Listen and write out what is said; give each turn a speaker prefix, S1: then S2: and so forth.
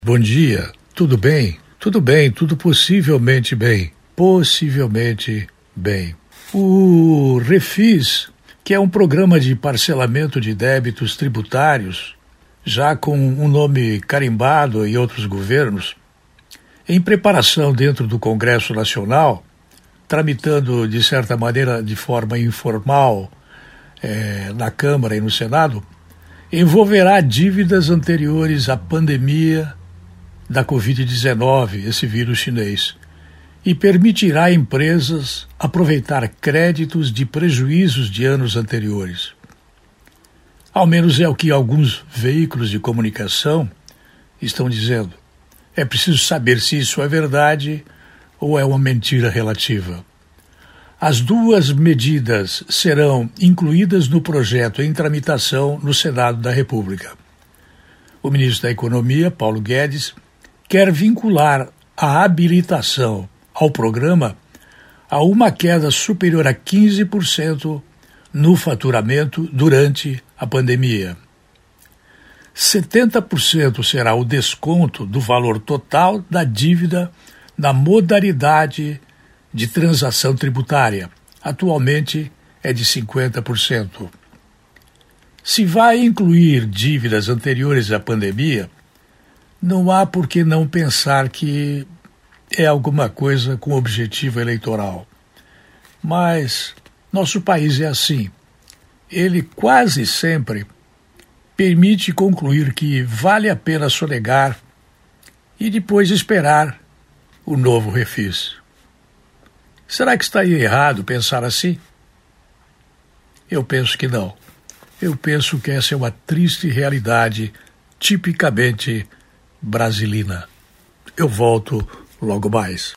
S1: Bom dia, tudo bem? Tudo bem, tudo possivelmente bem. Possivelmente bem. O Refis, que é um programa de parcelamento de débitos tributários, já com um nome carimbado em outros governos, em preparação dentro do Congresso Nacional, tramitando de certa maneira de forma informal na Câmara e no Senado, envolverá dívidas anteriores à pandemia da Covid-19, esse vírus chinês, e permitirá a empresas aproveitar créditos de prejuízos de anos anteriores. Ao menos é o que alguns veículos de comunicação estão dizendo. É preciso saber se isso é verdade ou é uma mentira relativa. As duas medidas serão incluídas no projeto em tramitação no Senado da República. O ministro da Economia, Paulo Guedes, quer vincular a habilitação ao programa a uma queda superior a 15% no faturamento durante a pandemia. 70% será o desconto do valor total da dívida na modalidade de transação tributária. Atualmente é de 50%. Se vai incluir dívidas anteriores à pandemia, não há por que não pensar que é alguma coisa com objetivo eleitoral. Mas nosso país é assim. Ele quase sempre permite concluir que vale a pena sonegar e depois esperar o novo refis. Será que está errado pensar assim? Eu penso que não. Eu penso que essa é uma triste realidade tipicamente brasilina. Eu volto logo mais.